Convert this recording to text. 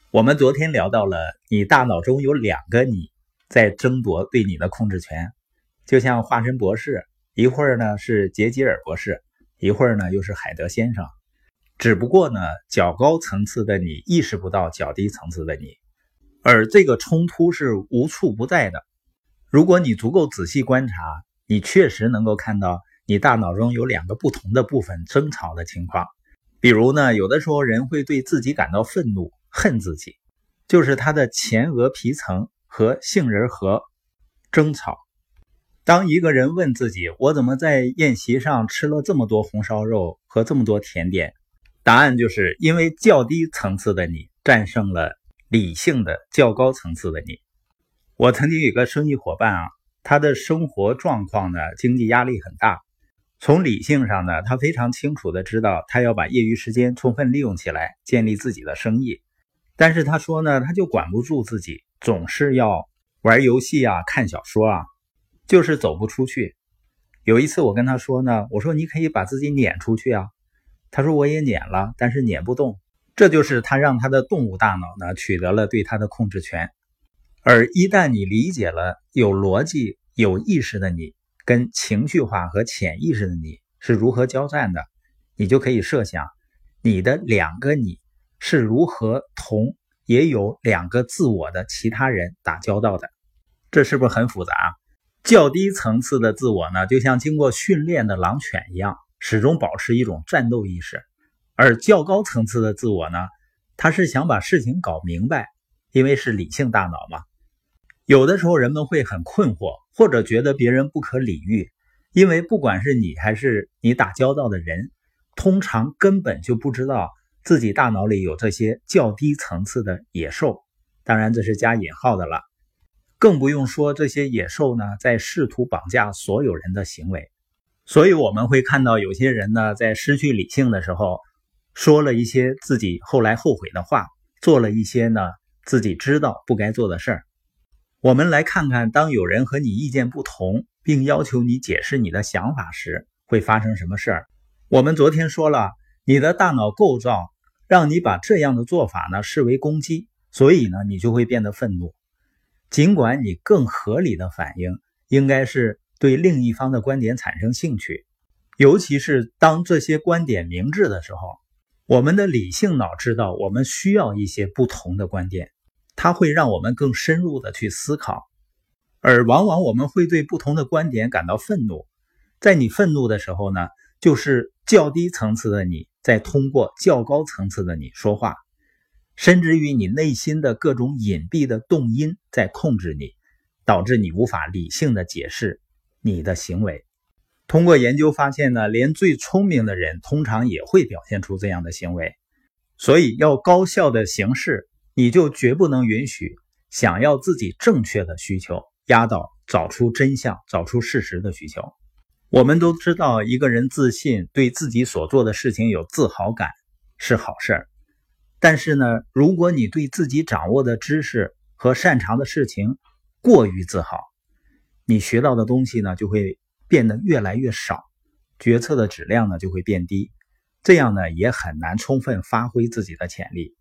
我们昨天聊到了，你大脑中有两个你在争夺对你的控制权，就像化身博士，一会儿呢是杰吉尔博士，一会儿呢又是海德先生。只不过呢，较高层次的你意识不到较低层次的你，而这个冲突是无处不在的。如果你足够仔细观察，你确实能够看到你大脑中有两个不同的部分争吵的情况。比如呢，有的时候人会对自己感到愤怒，恨自己，就是他的前额皮层和杏仁核争吵。当一个人问自己，我怎么在宴席上吃了这么多红烧肉和这么多甜点？答案就是因为较低层次的你战胜了理性的较高层次的你。我曾经有个生意伙伴他的生活状况呢，经济压力很大。从理性上呢，他非常清楚的知道他要把业余时间充分利用起来，建立自己的生意。但是他说呢，他就管不住自己，总是要玩游戏看小说就是走不出去。有一次我跟他说呢，我说你可以把自己撵出去他说我也撵了，但是撵不动。这就是他让他的动物大脑呢取得了对他的控制权。而一旦你理解了有逻辑有意识的你跟情绪化和潜意识的你是如何交战的，你就可以设想你的两个你是如何同也有两个自我的其他人打交道的。这是不是很复杂？较低层次的自我呢，就像经过训练的狼犬一样，始终保持一种战斗意识。而较高层次的自我呢，他是想把事情搞明白，因为是理性大脑嘛。有的时候人们会很困惑，或者觉得别人不可理喻，因为不管是你还是你打交道的人，通常根本就不知道自己大脑里有这些较低层次的野兽，当然这是加引号的了。更不用说这些野兽呢，在试图绑架所有人的行为。所以我们会看到有些人呢，在失去理性的时候，说了一些自己后来后悔的话，做了一些呢自己知道不该做的事儿。我们来看看，当有人和你意见不同，并要求你解释你的想法时，会发生什么事儿。我们昨天说了，你的大脑构造让你把这样的做法呢视为攻击，所以呢你就会变得愤怒。尽管你更合理的反应应该是对另一方的观点产生兴趣，尤其是当这些观点明智的时候，我们的理性脑知道我们需要一些不同的观点，它会让我们更深入的去思考。而往往我们会对不同的观点感到愤怒，在你愤怒的时候呢，就是较低层次的你在通过较高层次的你说话，甚至于你内心的各种隐蔽的动因在控制你，导致你无法理性的解释你的行为。通过研究发现呢，连最聪明的人通常也会表现出这样的行为。所以要高效的行事，你就绝不能允许想要自己正确的需求压倒找出真相找出事实的需求。我们都知道一个人自信，对自己所做的事情有自豪感是好事，但是呢，如果你对自己掌握的知识和擅长的事情过于自豪，你学到的东西呢就会变得越来越少，决策的质量呢就会变低，这样呢也很难充分发挥自己的潜力。